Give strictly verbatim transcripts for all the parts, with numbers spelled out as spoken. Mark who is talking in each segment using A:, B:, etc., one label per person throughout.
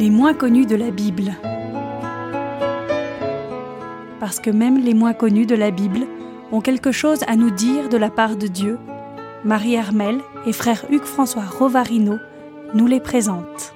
A: Les moins connus de la Bible. Parce que même les moins connus de la Bible ont quelque chose à nous dire de la part de Dieu, Marie Hermel et frère Hugues-François Rovarino nous les présentent.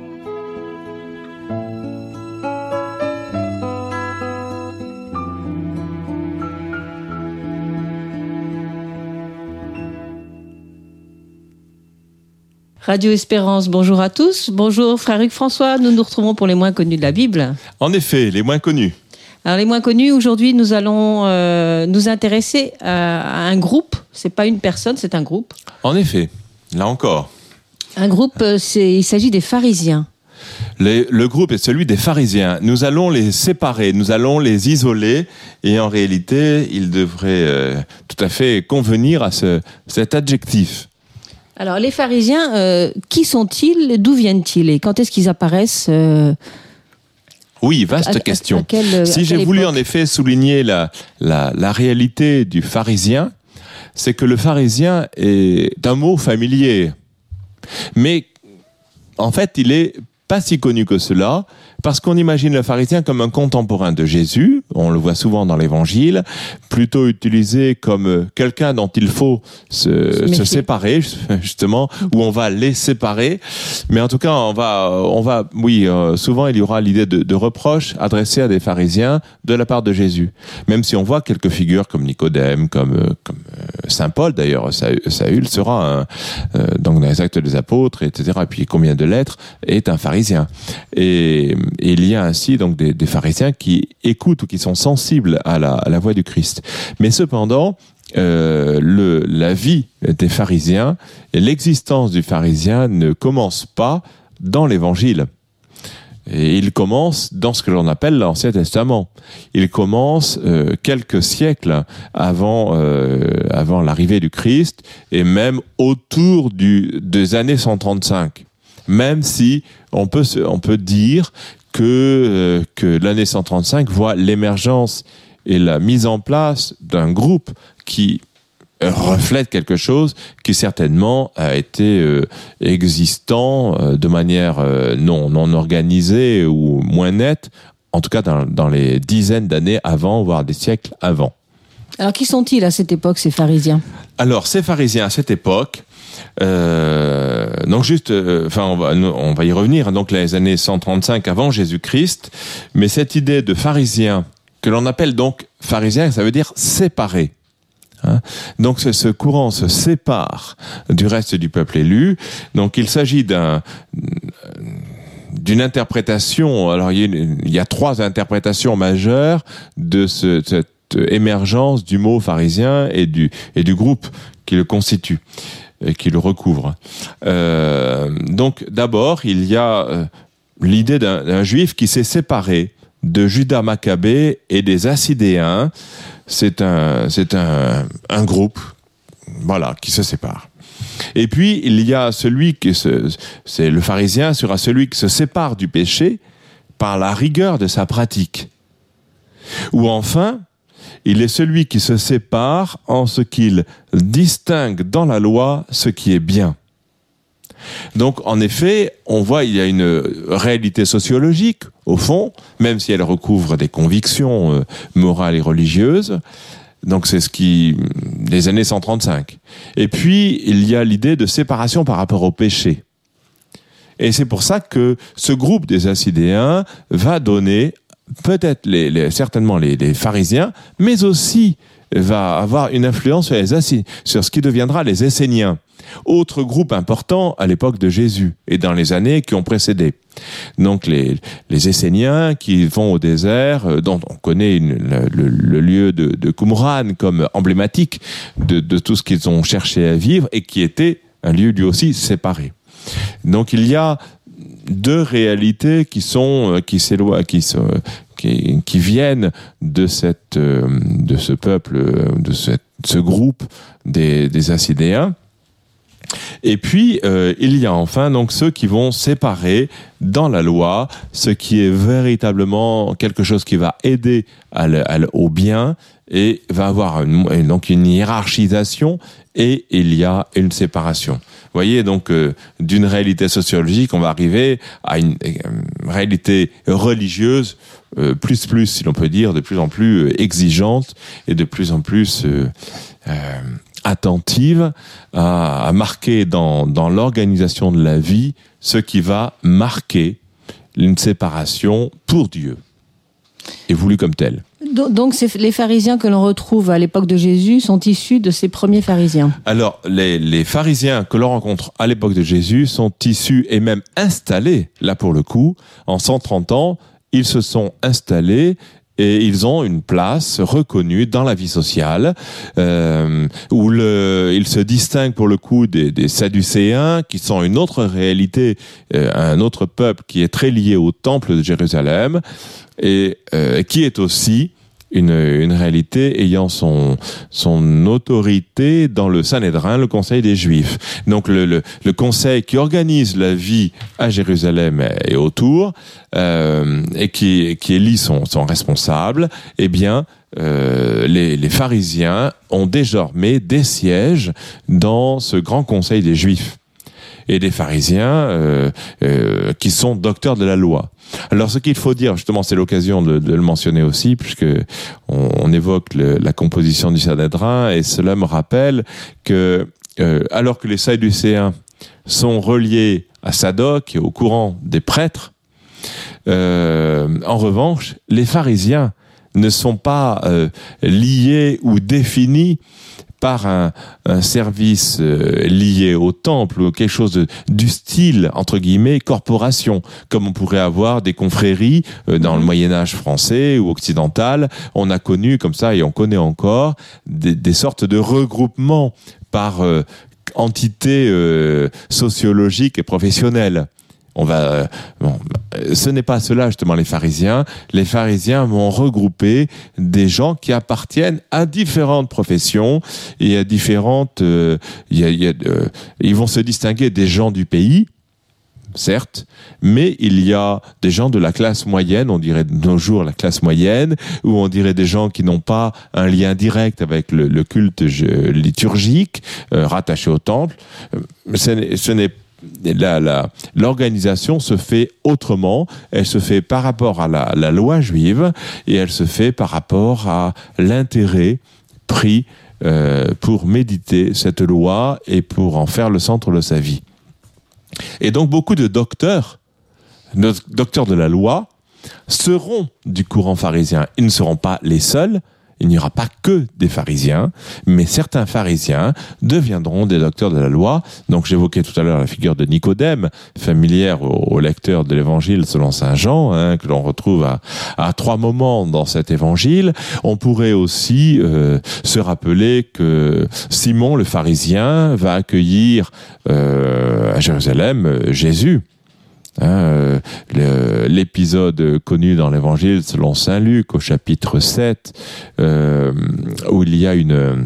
B: Radio Espérance, bonjour à tous. Bonjour frère Hugues-François, nous nous retrouvons pour les moins connus de la Bible.
C: En effet, les moins connus.
B: Alors les moins connus, aujourd'hui nous allons euh, nous intéresser à, à un groupe. C'est pas une personne, c'est un groupe.
C: En effet, là encore.
B: Un groupe, c'est, il s'agit des pharisiens.
C: Le, le groupe est celui des pharisiens. Nous allons les séparer, nous allons les isoler et en réalité, ils devraient euh, tout à fait convenir à ce, cet adjectif.
B: Alors, les pharisiens, euh, qui sont-ils? D'où viennent-ils? Et quand est-ce qu'ils apparaissent euh,
C: Oui, vaste à, question. À, à quelle, si j'ai voulu en effet souligner la, la, la réalité du pharisien, c'est que le pharisien est un mot familier. Mais en fait, il est pas si connu que cela, parce qu'on imagine le pharisien comme un contemporain de Jésus, on le voit souvent dans l'Évangile, plutôt utilisé comme quelqu'un dont il faut se, se séparer, justement, où on va les séparer. Mais en tout cas, on va, on va, oui, euh, souvent il y aura l'idée de, de reproche adressée à des pharisiens de la part de Jésus. Même si on voit quelques figures comme Nicodème, comme, euh, comme euh, Saint Paul d'ailleurs, Saül sera un, euh, donc dans les Actes des Apôtres, et cetera. Et puis combien de lettres est un pharisien. Et Et il y a ainsi donc des, des pharisiens qui écoutent ou qui sont sensibles à la, à la voix du Christ. Mais cependant, euh, le, la vie des pharisiens et l'existence du pharisien ne commence pas dans l'Évangile. Et il commence dans ce que l'on appelle l'Ancien Testament. Il commence euh, quelques siècles avant, euh, avant l'arrivée du Christ et même autour du, des années cent trente-cinq. Même si on peut, on peut dire que, euh, que l'année cent trente-cinq voit l'émergence et la mise en place d'un groupe qui reflète quelque chose qui certainement a été euh, existant euh, de manière euh, non, non organisée ou moins nette, en tout cas dans, dans les dizaines d'années avant, voire des siècles avant.
B: Alors qui sont-ils à cette époque, ces pharisiens ?
C: Alors, ces pharisiens à cette époque, Euh, donc juste, euh, enfin on va, on va y revenir. Donc les années cent trente-cinq avant Jésus-Christ, mais cette idée de pharisien que l'on appelle donc pharisien, ça veut dire séparé. Hein, donc ce, ce courant se sépare du reste du peuple élu. Donc il s'agit d'un d'une interprétation. Alors il y a, une, il y a trois interprétations majeures de ce, cette émergence du mot pharisien et du et du groupe qui le constitue et qui le recouvre. Euh, donc d'abord, il y a euh, l'idée d'un, d'un juif qui s'est séparé de Judas Maccabée et des Hasidéens. C'est un, c'est un, un groupe, voilà, qui se sépare. Et puis il y a celui qui se, c'est le pharisien sera celui qui se sépare du péché par la rigueur de sa pratique. Ou enfin, il est celui qui se sépare en ce qu'il distingue dans la loi ce qui est bien. Donc, en effet, on voit il y a une réalité sociologique, au fond, même si elle recouvre des convictions euh, morales et religieuses. Donc, c'est ce qui... les années cent trente-cinq. Et puis, il y a l'idée de séparation par rapport au péché. Et c'est pour ça que ce groupe des Hasidéens va donner peut-être les, les, certainement les, les pharisiens, mais aussi va avoir une influence sur, les Assi, sur ce qui deviendra les Esséniens, autre groupe important à l'époque de Jésus et dans les années qui ont précédé. Donc les, les Esséniens qui vont au désert, dont on connaît une, le, le, le lieu de, de Qumran comme emblématique de, de tout ce qu'ils ont cherché à vivre et qui était un lieu lui aussi séparé. Donc il y a deux réalités qui sont qui s'éloignent, qui sont qui, qui viennent de cette de ce peuple, de cette, ce groupe des des Hasidéens. Et puis euh, il y a enfin donc ceux qui vont séparer dans la loi ce qui est véritablement quelque chose qui va aider à le, à le, au bien et va avoir une, donc une hiérarchisation et il y a une séparation. voyez, donc euh, d'une réalité sociologique, on va arriver à une, une réalité religieuse euh, plus plus, si l'on peut dire, de plus en plus euh, exigeante et de plus en plus euh, euh, attentive à, à marquer dans, dans l'organisation de la vie ce qui va marquer une séparation pour Dieu et voulu comme tel.
B: Donc c'est les pharisiens que l'on retrouve à l'époque de Jésus sont issus de ces premiers pharisiens.
C: Alors les, les pharisiens que l'on rencontre à l'époque de Jésus sont issus et même installés, là pour le coup, en cent trente ans, ils se sont installés et ils ont une place reconnue dans la vie sociale, euh, où le, ils se distinguent pour le coup des, des Sadducéens, qui sont une autre réalité, euh, un autre peuple qui est très lié au temple de Jérusalem, et euh, qui est aussi une, une réalité ayant son, son autorité dans le Sanhédrin, le conseil des Juifs. Donc le, le, le conseil qui organise la vie à Jérusalem et autour, euh, et qui, qui élit son, son responsable, eh bien, euh, les, les pharisiens ont désormais des sièges dans ce grand conseil des Juifs. Et des pharisiens euh, euh, qui sont docteurs de la loi. Alors ce qu'il faut dire, justement, c'est l'occasion de, de le mentionner aussi, puisque on, on évoque le, la composition du Sanhédrin, et cela me rappelle que, euh, alors que les Sadducéens sont reliés à Sadoc et au courant des prêtres, euh, en revanche, les pharisiens ne sont pas euh, liés ou définis par un, un service euh, lié au temple ou quelque chose de, du style, entre guillemets, corporation, comme on pourrait avoir des confréries euh, dans le Moyen-Âge français ou occidental. On a connu comme ça, et on connaît encore, des, des sortes de regroupements par euh, entité euh, sociologique et professionnelle. On va, bon, ce n'est pas cela justement les pharisiens. Les pharisiens vont regrouper des gens qui appartiennent à différentes professions et à différentes. Euh, y a, y a, euh, ils vont se distinguer des gens du pays, certes, mais il y a des gens de la classe moyenne, on dirait de nos jours la classe moyenne, ou on dirait des gens qui n'ont pas un lien direct avec le, le culte liturgique euh, rattaché au temple. Ce n'est, ce n'est La, la, l'organisation se fait autrement, elle se fait par rapport à la, la loi juive et elle se fait par rapport à l'intérêt pris euh, pour méditer cette loi et pour en faire le centre de sa vie. Et donc beaucoup de docteurs, de docteurs de la loi, seront du courant pharisien. Ils ne seront pas les seuls. Il n'y aura pas que des pharisiens, mais certains pharisiens deviendront des docteurs de la loi. Donc j'évoquais tout à l'heure la figure de Nicodème, familière aux, aux lecteurs de l'évangile selon saint Jean, hein, que l'on retrouve à, à trois moments dans cet évangile. On pourrait aussi euh, se rappeler que Simon le pharisien va accueillir euh, à Jérusalem euh, Jésus. Hein, euh, le, l'épisode connu dans l'évangile selon saint Luc au chapitre sept, euh, où il y a une,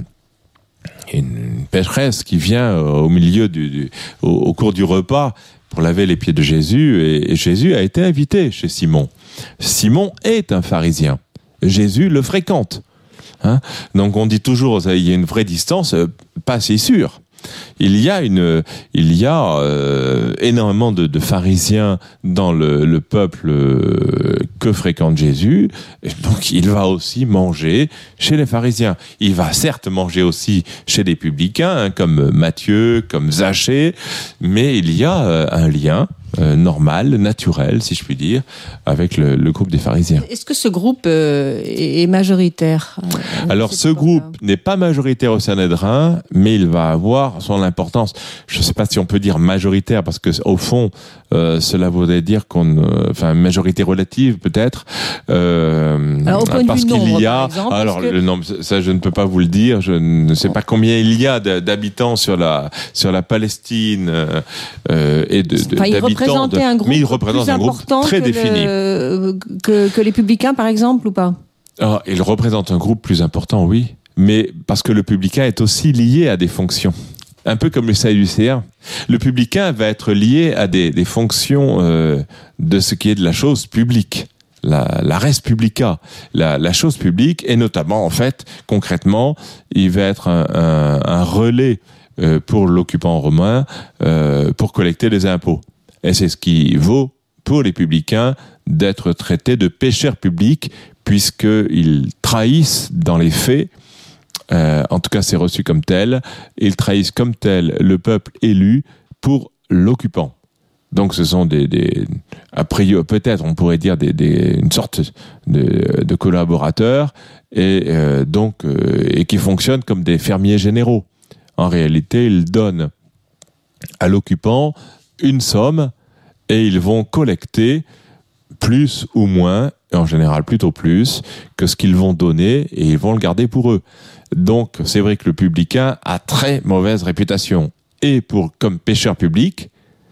C: une pécheresse qui vient au milieu du, du au, au cours du repas pour laver les pieds de Jésus, et, et Jésus a été invité chez Simon. Simon est un pharisien. Jésus le fréquente. Hein, donc on dit toujours il y a une vraie distance, pas si sûre. Il y a une, il y a euh, énormément de, de pharisiens dans le, le peuple euh, que fréquente Jésus. Et donc, il va aussi manger chez les pharisiens. Il va certes manger aussi chez les publicains, hein, comme Matthieu, comme Zachée, mais il y a euh, un lien Euh, normal, naturel, si je puis dire, avec le, le groupe des pharisiens.
B: Est-ce que ce groupe euh, est majoritaire euh,
C: Alors, ce groupe n'est pas majoritaire au Sanhédrin, mais il va avoir son importance. Je ne sais pas si on peut dire majoritaire, parce que au fond, euh, cela voudrait dire qu'on, euh, enfin, majorité relative peut-être. Euh,
B: alors, au point
C: parce
B: de vue
C: qu'il
B: nombre,
C: y a,
B: par exemple,
C: alors
B: que...
C: le nombre, ça je ne peux pas vous le dire. Je ne sais pas combien il y a d'habitants sur la sur la Palestine euh, et de, de
B: enfin,
C: d'habitants. De,
B: un groupe
C: mais il représente un groupe très
B: que
C: défini.
B: Le, que, que les publicains, par exemple, ou pas?
C: Alors, il représente un groupe plus important, oui, mais parce que le publicain est aussi lié à des fonctions. Un peu comme le Sadducéen. Le publicain va être lié à des, des fonctions euh, de ce qui est de la chose publique. La, la res publica, la, la chose publique, et notamment, en fait, concrètement, il va être un, un, un relais euh, pour l'occupant romain euh, pour collecter les impôts. Et c'est ce qui vaut pour les publicains d'être traités de pécheurs publics, puisqu'ils trahissent dans les faits, euh, en tout cas c'est reçu comme tel, ils trahissent comme tel le peuple élu pour l'occupant. Donc ce sont des, des a priori, peut-être on pourrait dire des, des, une sorte de, de collaborateurs, et euh, donc euh, et qui fonctionnent comme des fermiers généraux. En réalité, ils donnent à l'occupant une somme et ils vont collecter plus ou moins, et en général plutôt plus, que ce qu'ils vont donner, et ils vont le garder pour eux. Donc c'est vrai que le publicain a très mauvaise réputation, et pour comme pécheur public,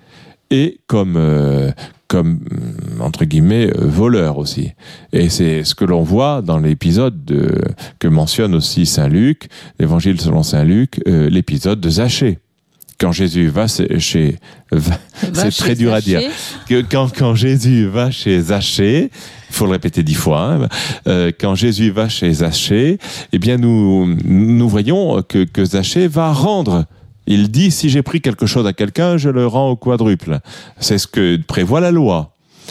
C: et comme, euh, comme entre guillemets, euh, voleur aussi. Et c'est ce que l'on voit dans l'épisode de, que mentionne aussi Saint Luc, l'évangile selon Saint Luc, euh, l'épisode de Zachée. Quand Jésus va chez... Va, c'est chez très dur Zachée. À dire. Que quand, quand Jésus va chez Zachée, il faut le répéter dix fois, hein, euh, quand Jésus va chez Zachée, eh bien nous, nous voyons que, que Zachée va rendre. Il dit, si j'ai pris quelque chose à quelqu'un, je le rends au quadruple. C'est ce que prévoit la loi.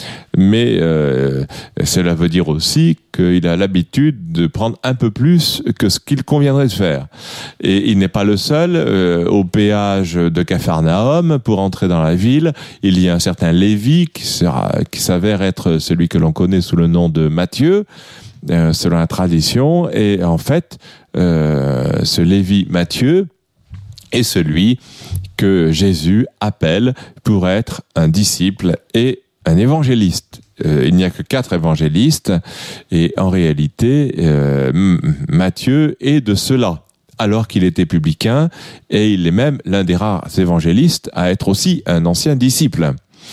C: Mais euh, cela veut dire aussi qu'il a l'habitude de prendre un peu plus que ce qu'il conviendrait de faire. Et il n'est pas le seul. Euh, au péage de Capharnaüm, pour entrer dans la ville, il y a un certain Lévi qui, sera, qui s'avère être celui que l'on connaît sous le nom de Matthieu, euh, selon la tradition. Et en fait, euh, ce Lévi Matthieu est celui que Jésus appelle pour être un disciple et un évangéliste. Euh, il n'y a que quatre évangélistes, et en réalité, euh, Matthieu est de ceux-là, alors qu'il était publicain, et il est même l'un des rares évangélistes à être aussi un ancien disciple.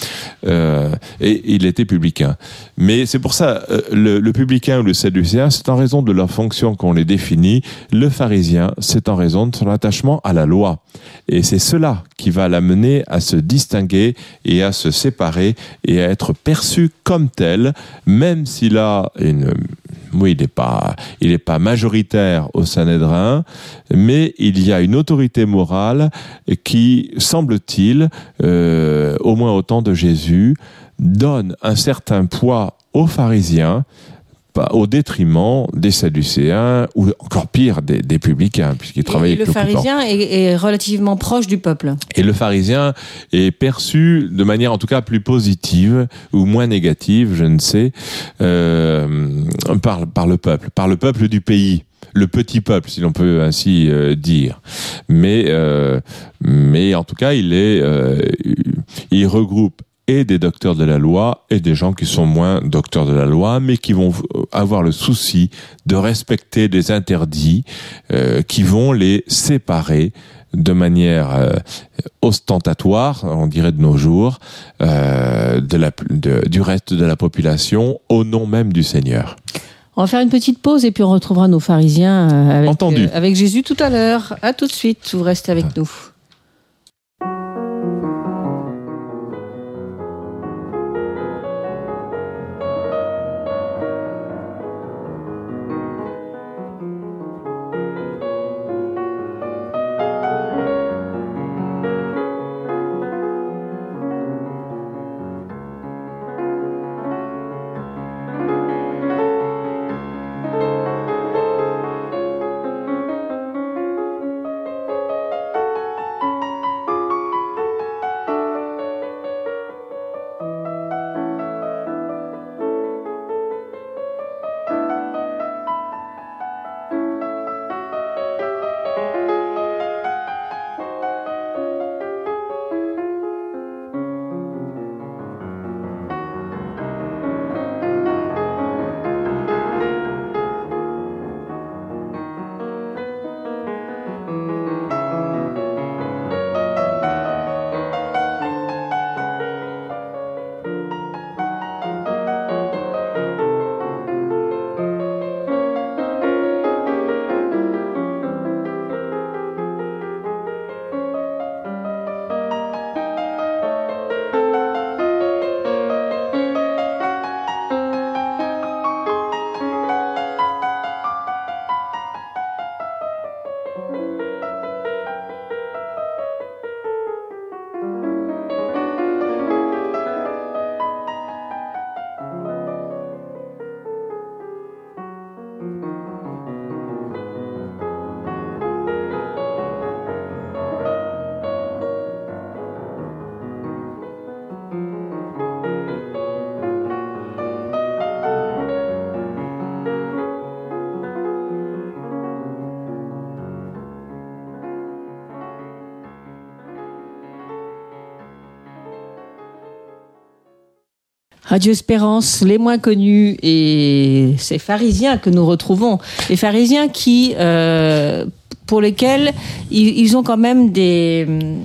C: Euh, et il était publicain. Mais c'est pour ça, euh, le, le publicain ou le sadducéen, c'est en raison de leur fonction qu'on les définit. Le pharisien, c'est en raison de son attachement à la loi. Et c'est cela qui va l'amener à se distinguer et à se séparer et à être perçu comme tel, même s'il a une... Oui, il n'est pas, il n'est pas majoritaire au Sanhédrin, mais il y a une autorité morale qui, semble-t-il, euh, au moins au temps de Jésus, donne un certain poids aux pharisiens, au détriment des sadducéens, ou encore pire, des, des publicains, puisqu'ils travaillent avec l'occupant.
B: Le pharisien est, est relativement proche du peuple.
C: Et le pharisien est perçu de manière en tout cas plus positive, ou moins négative, je ne sais, euh, par, par le peuple, par le peuple du pays. Le petit peuple, si l'on peut ainsi euh, dire. Mais, euh, mais en tout cas, il est, euh, il regroupe et des docteurs de la loi et des gens qui sont moins docteurs de la loi, mais qui vont avoir le souci de respecter des interdits euh, qui vont les séparer de manière euh, ostentatoire, on dirait de nos jours, euh, de la, de, du reste de la population, au nom même du Seigneur.
B: On va faire une petite pause et puis on retrouvera nos pharisiens avec,
C: Entendu.
B: Euh, avec Jésus tout à l'heure. À tout de suite, vous restez avec nous. Radio Espérance, les moins connus et ces pharisiens que nous retrouvons. Les pharisiens qui, euh, pour lesquels ils, ils ont quand même des...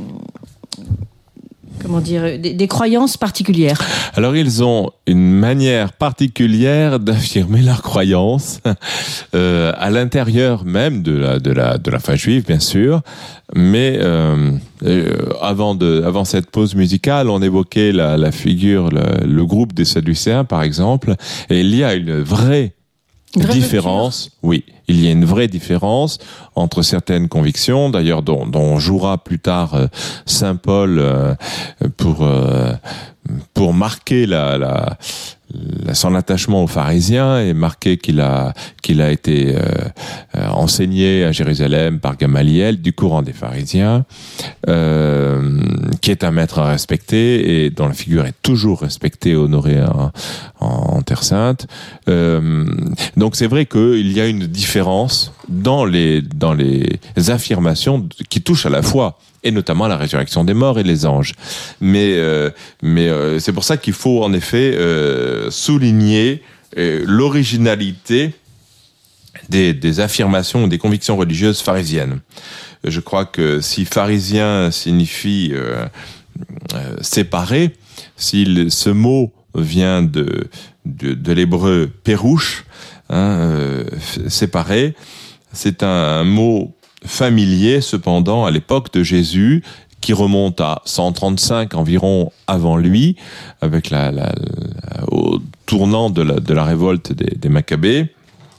B: Comment dire, des, des croyances particulières.
C: Alors ils ont une manière particulière d'affirmer leurs croyances euh, à l'intérieur même de la de la de la foi juive, bien sûr. Mais euh, euh, avant de avant cette pause musicale, on évoquait la la figure le, le groupe des Sadducéens par exemple, et il y a une vraie Vraie différence, rupture. Oui, il y a une vraie différence entre certaines convictions, d'ailleurs dont, dont on jouera plus tard euh, Saint Paul euh, pour euh, pour marquer la, la, la son attachement aux pharisiens et marquer qu'il a qu'il a été euh, euh, enseigné à Jérusalem par Gamaliel du courant des pharisiens, euh, qui est un maître à respecter et dont la figure est toujours respectée, honorée en, en, en Terre Sainte. Euh, donc c'est vrai qu'il y a une différence dans les dans les affirmations qui touchent à la foi, et notamment la résurrection des morts et les anges. Mais euh, mais euh, c'est pour ça qu'il faut en effet euh, souligner euh, l'originalité des, des affirmations ou des convictions religieuses pharisiennes. Je crois que si pharisien signifie euh, euh, séparé, si ce mot vient de de, de l'hébreu pérouche, hein, euh, séparé, c'est un, un mot familier cependant à l'époque de Jésus, qui remonte à cent trente-cinq environ avant lui, avec la, la, la au tournant de la, de la révolte des, des Maccabées.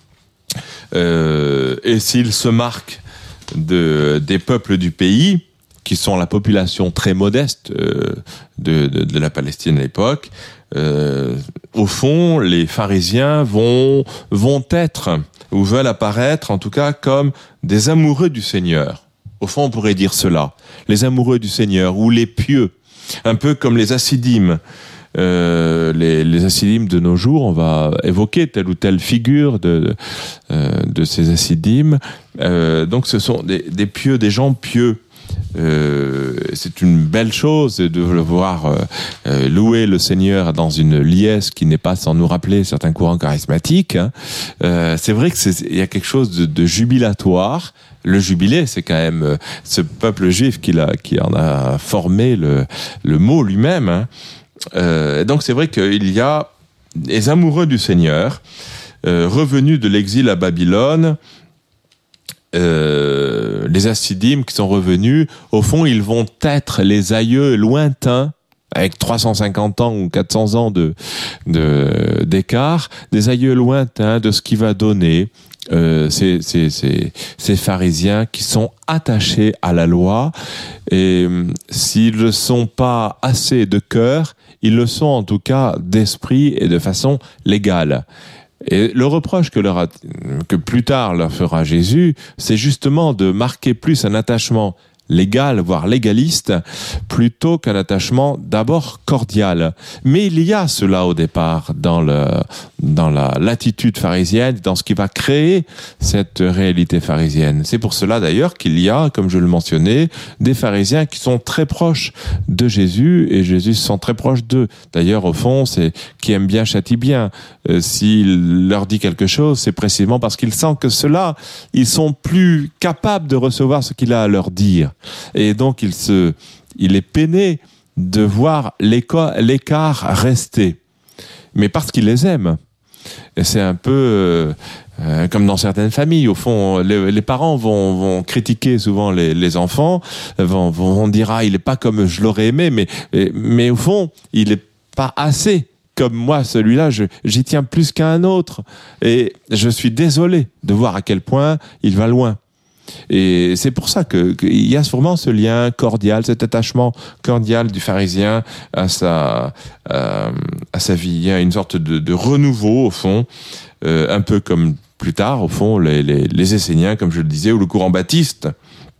C: Euh, et s'il se marque de, des peuples du pays, qui sont la population très modeste euh, de, de, de la Palestine à l'époque, euh, au fond, les pharisiens vont, vont être, ou veulent apparaître, en tout cas, comme des amoureux du Seigneur. Au fond, on pourrait dire cela. Les amoureux du Seigneur, ou les pieux. Un peu comme les hassidim. Euh, les, les hassidim de nos jours, on va évoquer telle ou telle figure de, de, euh, de ces hassidim. Euh, donc ce sont des, des pieux, des gens pieux. Euh, c'est une belle chose de le voir euh, louer le Seigneur dans une liesse qui n'est pas sans nous rappeler certains courants charismatiques. Hein. Euh, c'est vrai que c'est, il y a quelque chose de, de jubilatoire. Le jubilé, c'est quand même euh, ce peuple juif qui, l'a, qui en a formé le, le mot lui-même. Hein. Euh, donc c'est vrai qu'il y a les amoureux du Seigneur, euh, revenus de l'exil à Babylone. Euh, les hassidim qui sont revenus, au fond, ils vont être les aïeux lointains, avec trois cent cinquante ans ou quatre cents ans de, de, d'écart, des aïeux lointains de ce qui va donner euh, ces, ces, ces, ces pharisiens qui sont attachés à la loi, et euh, s'ils ne le sont pas assez de cœur, ils le sont en tout cas d'esprit et de façon légale. Et le reproche que, leur a, que plus tard leur fera Jésus, c'est justement de marquer plus un attachement légal, voire légaliste, plutôt qu'un attachement d'abord cordial. Mais il y a cela au départ dans, le, dans la l'attitude pharisienne, dans ce qui va créer cette réalité pharisienne. C'est pour cela d'ailleurs qu'il y a, comme je le mentionnais, des pharisiens qui sont très proches de Jésus, et Jésus se sent très proche d'eux. D'ailleurs, au fond, c'est qui aime bien châtie bien. Euh, s'il leur dit quelque chose, c'est précisément parce qu'il sent que ceux-là, ils sont plus capables de recevoir ce qu'il a à leur dire. Et donc, il, se, il est peiné de voir l'écart, l'écart rester. Mais parce qu'il les aime. Et c'est un peu euh, euh, comme dans certaines familles. Au fond, les, les parents vont, vont critiquer souvent les, les enfants, vont, vont dire « Ah, il n'est pas comme je l'aurais aimé, mais, mais, mais au fond, il n'est pas assez. Comme moi, celui-là, je, j'y tiens plus qu'un autre. Et je suis désolé de voir à quel point il va loin. » Et c'est pour ça que qu'il y a sûrement ce lien cordial, cet attachement cordial du pharisien à sa euh, à sa vie. Il y a une sorte de, de renouveau au fond, euh, un peu comme plus tard au fond les les, les Esséniens, comme je le disais, ou le courant baptiste.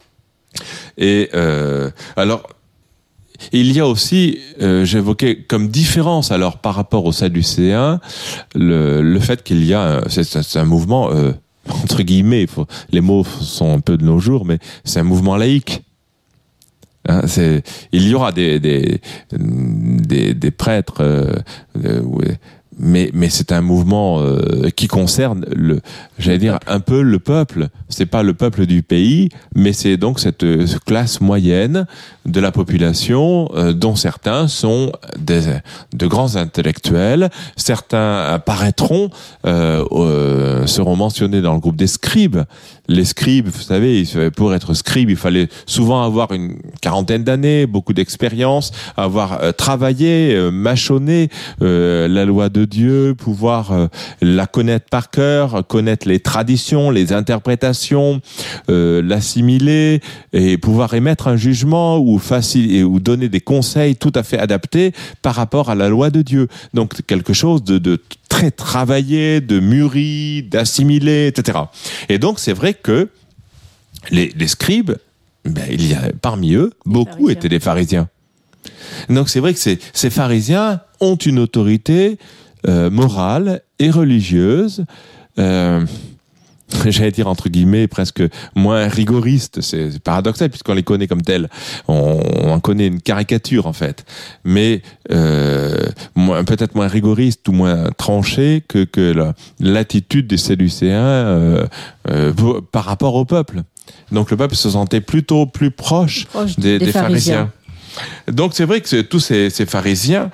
C: Et euh, alors. Il y a aussi, euh, j'évoquais comme différence alors par rapport aux Sadducéens, le, le fait qu'il y a, c'est, c'est un mouvement euh, entre guillemets, il faut, les mots sont un peu de nos jours, mais c'est un mouvement laïque. Hein, c'est, il y aura des des des, des prêtres, euh, euh, mais mais c'est un mouvement euh, qui concerne le, j'allais dire un peu le peuple. C'est pas le peuple du pays, mais c'est donc cette, cette classe moyenne de la population, euh, dont certains sont des, de grands intellectuels. Certains apparaîtront, euh, euh, seront mentionnés dans le groupe des scribes. Les scribes, vous savez, pour être scribe, il fallait souvent avoir une quarantaine d'années, beaucoup d'expérience, avoir euh, travaillé, euh, mâchonné euh, la loi de Dieu, pouvoir euh, la connaître par cœur, connaître les traditions, les interprétations, euh, l'assimiler et pouvoir émettre un jugement ou facile ou donner des conseils tout à fait adaptés par rapport à la loi de Dieu. Donc quelque chose de, de très travaillé, de mûri, d'assimilé, et cetera. Et donc c'est vrai que les, les scribes, ben, il y a parmi eux, beaucoup pharisiens. étaient des pharisiens. Donc c'est vrai que ces, ces pharisiens ont une autorité euh, morale et religieuse, euh, j'allais dire entre guillemets presque moins rigoriste. C'est, c'est paradoxal puisqu'on les connaît comme tels. On, on connaît une caricature en fait, mais euh, moins, peut-être moins rigoriste ou moins tranché que, que la, l'attitude des Sadducéens euh, euh, par rapport au peuple. Donc le peuple se sentait plutôt plus proche, proche des, des, des pharisiens. pharisiens. Donc c'est vrai que tous ces, ces pharisiens,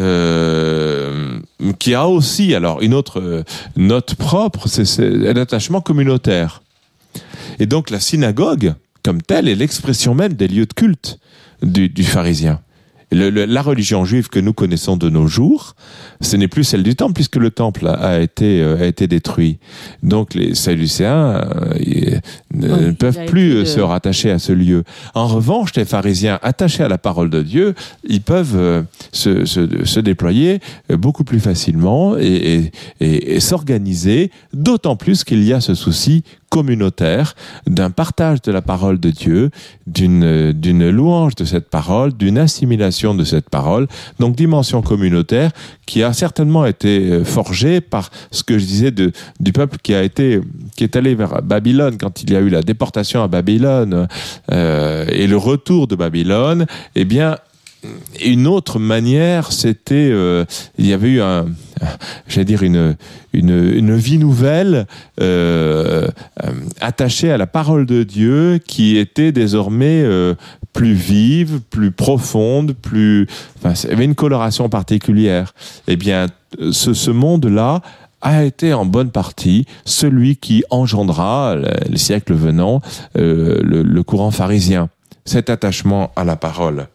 C: euh, qui a aussi alors une autre euh, note propre, c'est, c'est l'attachement communautaire. Et donc la synagogue, comme telle, est l'expression même des lieux de culte du, du pharisien. Le, le, la religion juive que nous connaissons de nos jours, ce n'est plus celle du temple puisque le temple a, a été a été détruit. Donc les Sadducéens euh, ne oui, peuvent plus de... se rattacher à ce lieu. En revanche, les pharisiens attachés à la parole de Dieu, ils peuvent euh, se, se se déployer beaucoup plus facilement et, et, et, et s'organiser. D'autant plus qu'il y a ce souci communautaire, d'un partage de la parole de Dieu, d'une, d'une louange de cette parole, d'une assimilation de cette parole, donc dimension communautaire qui a certainement été forgée par ce que je disais de, du peuple qui a été, qui est allé vers Babylone quand il y a eu la déportation à Babylone euh, et le retour de Babylone. Eh bien, une autre manière, c'était, euh, il y avait eu un, j'allais dire une une, une vie nouvelle euh, euh, attachée à la parole de Dieu, qui était désormais euh, plus vive, plus profonde, plus, enfin, il y avait une coloration particulière. Eh bien, ce, ce monde-là a été en bonne partie celui qui engendra, les siècles venant, euh, le, le courant pharisien. Cet attachement à la parole.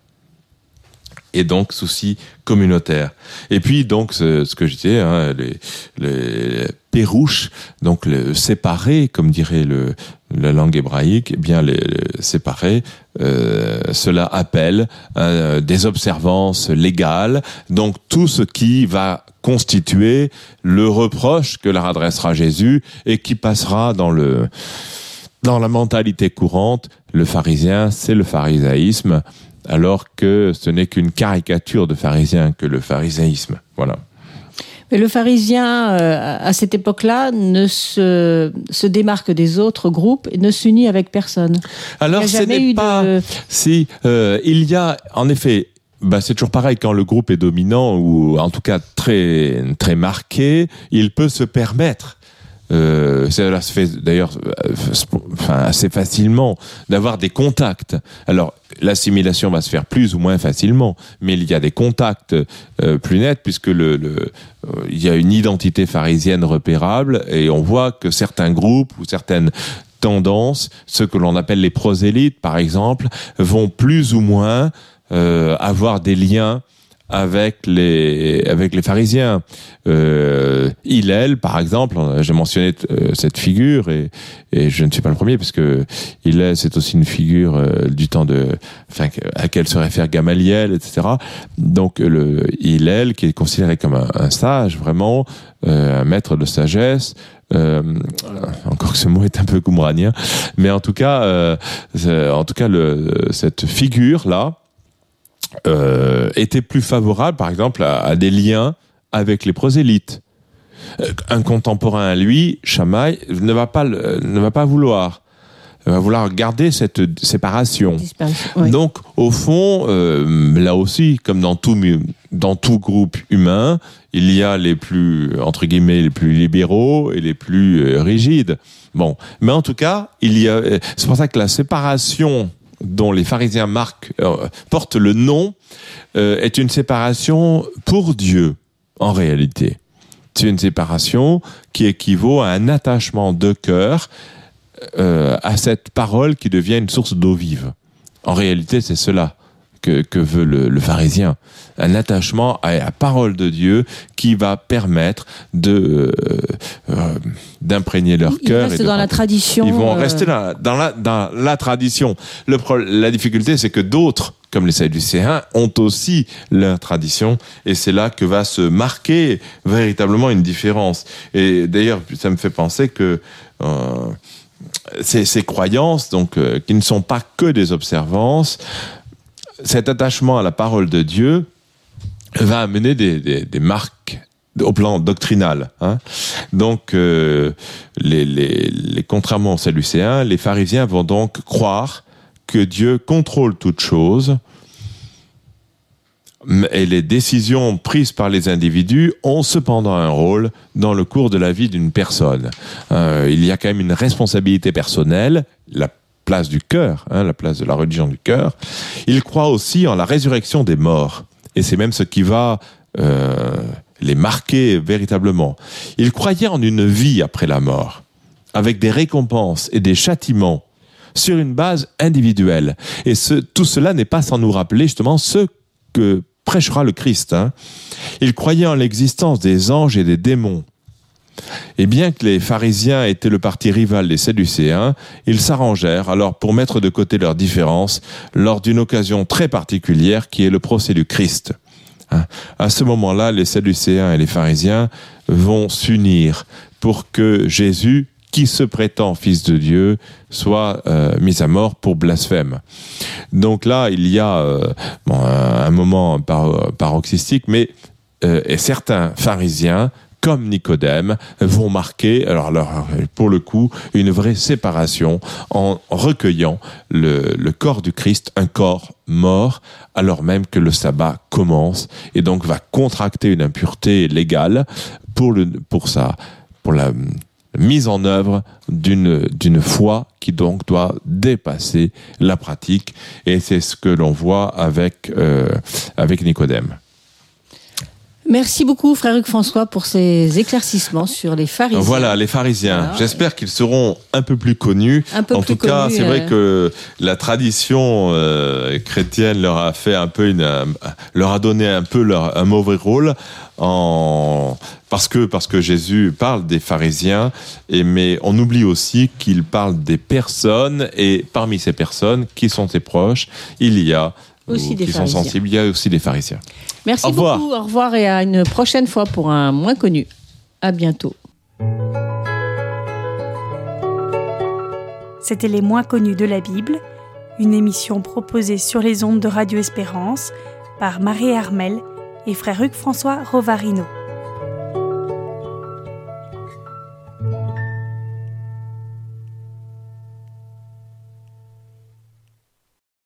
C: Et donc souci communautaire. Et puis donc ce, ce que je disais, hein, les, les pérouches, donc les séparés, comme dirait le la langue hébraïque, eh bien les, les séparés, euh, cela appelle euh, des observances légales. Donc tout ce qui va constituer le reproche que leur adressera Jésus et qui passera dans le dans la mentalité courante. Le pharisien, c'est le pharisaïsme. Alors que ce n'est qu'une caricature de pharisien que le pharisaïsme. Voilà.
B: Mais le pharisien, euh, à cette époque-là, ne se, se démarque des autres groupes et ne s'unit avec personne.
C: Alors, ce n'est pas... De... Si, euh, il y a, en effet... Bah, c'est toujours pareil, quand le groupe est dominant, ou en tout cas très, très marqué, il peut se permettre... Euh, cela se fait d'ailleurs euh, enfin, assez facilement d'avoir des contacts. Alors l'assimilation va se faire plus ou moins facilement, mais il y a des contacts euh, plus nets puisque le, le, euh, il y a une identité pharisienne repérable et on voit que certains groupes ou certaines tendances, ce que l'on appelle les prosélytes par exemple, vont plus ou moins euh, avoir des liens avec les avec les pharisiens. Euh, Hillel, par exemple, j'ai mentionné euh, cette figure et et je ne suis pas le premier parce que Hillel c'est aussi une figure euh, du temps de, enfin à laquelle se réfère Gamaliel, et cetera. Donc le Hillel qui est considéré comme un, un sage vraiment, euh, un maître de sagesse. Euh, encore que ce mot est un peu qumranien, mais en tout cas, euh, en tout cas le cette figure là. Euh, était plus favorable, par exemple, à, à des liens avec les prosélytes. Euh, un contemporain à lui, Shammai, ne va pas ne va pas vouloir. va vouloir garder cette séparation.
B: Oui.
C: Donc, au fond, euh, là aussi, comme dans tout, dans tout groupe humain, il y a les plus, entre guillemets, les plus libéraux et les plus euh, rigides. Bon, mais en tout cas, il y a, c'est pour ça que la séparation dont les pharisiens marquent, euh, portent le nom, euh, est une séparation pour Dieu, en réalité. C'est une séparation qui équivaut à un attachement de cœur euh, à cette parole qui devient une source d'eau vive. En réalité, c'est cela que, que veut le, le pharisien. Un attachement à la parole de Dieu qui va permettre de, euh, euh, d'imprégner leur
B: Ils
C: cœur.
B: restent
C: et de
B: dans la tradition.
C: Ils vont
B: euh...
C: rester dans, dans, la, dans la tradition. Le pro, la difficulté, c'est que d'autres, comme les Sadducéens, ont aussi leur tradition. Et c'est là que va se marquer véritablement une différence. Et d'ailleurs, ça me fait penser que euh, ces, ces croyances, donc, euh, qui ne sont pas que des observances, cet attachement à la parole de Dieu va amener des, des, des marques au plan doctrinal. Hein. Donc, euh, les, les, les, contrairement aux Sadducéens, les pharisiens vont donc croire que Dieu contrôle toutes choses et les décisions prises par les individus ont cependant un rôle dans le cours de la vie d'une personne. Euh, il y a quand même une responsabilité personnelle, la place du cœur, hein, la place de la religion du cœur. Ils croient aussi en la résurrection des morts. Et c'est même ce qui va euh, les marquer véritablement. Ils croyaient en une vie après la mort, avec des récompenses et des châtiments, sur une base individuelle. Et ce, tout cela n'est pas sans nous rappeler justement ce que prêchera le Christ. Hein. Ils croyaient en l'existence des anges et des démons. Et bien que les pharisiens étaient le parti rival des Sadducéens, ils s'arrangèrent alors pour mettre de côté leurs différences lors d'une occasion très particulière qui est le procès du Christ. À ce moment-là, les Sadducéens et les pharisiens vont s'unir pour que Jésus, qui se prétend fils de Dieu, soit euh, mis à mort pour blasphème. Donc là, il y a euh, bon, un, un moment par, paroxystique, mais euh, et certains pharisiens comme Nicodème, vont marquer, alors, alors pour le coup, une vraie séparation en recueillant le, le corps du Christ, un corps mort, alors même que le sabbat commence, et donc va contracter une impureté légale pour, le, pour, ça, pour la mise en œuvre d'une, d'une foi qui donc doit dépasser la pratique, et c'est ce que l'on voit avec, euh, avec Nicodème.
B: Merci beaucoup, frère Hugues François, pour ces éclaircissements sur les pharisiens.
C: Voilà, les pharisiens. Voilà. J'espère qu'ils seront un peu plus connus.
B: Un peu
C: en
B: plus
C: tout cas,
B: connus,
C: c'est
B: euh...
C: vrai que la tradition euh, chrétienne leur a fait un peu une, euh, leur a donné un peu leur, un mauvais rôle en parce que parce que Jésus parle des pharisiens, et mais on oublie aussi qu'il parle des personnes, et parmi ces personnes qui sont ses proches, il y a
B: aussi des
C: qui
B: pharisiens.
C: sont sensibles, il y a aussi des pharisiens.
B: Merci
C: au revoir.
B: beaucoup, au revoir et à une prochaine fois pour un moins connu. À bientôt.
A: C'était Les Moins Connus de la Bible, une émission proposée sur les ondes de Radio Espérance par Marie Armel et frère Hugues François Rovarino.